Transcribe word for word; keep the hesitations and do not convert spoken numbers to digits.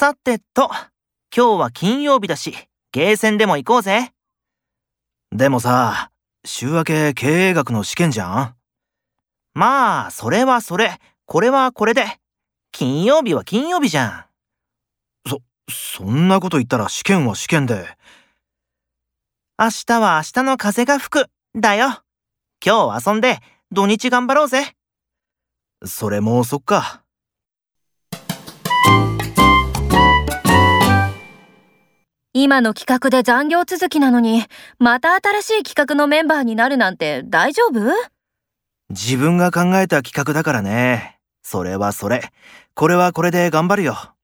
さてと、今日は金曜日だし、ゲーセンでも行こうぜ。 でもさ、週明け経営学の試験じゃん？ まあ、それはそれ、これはこれで。金曜日は金曜日じゃん。そ、そんなこと言ったら試験は試験で。 明日は明日の風が吹く、だよ。今日遊んで、土日頑張ろうぜ。 それもそっか。 今の企画で残業続きなのに、また新しい企画のメンバーになるなんて大丈夫？ 自分が考えた企画だからね。それはそれ。これはこれで頑張るよ。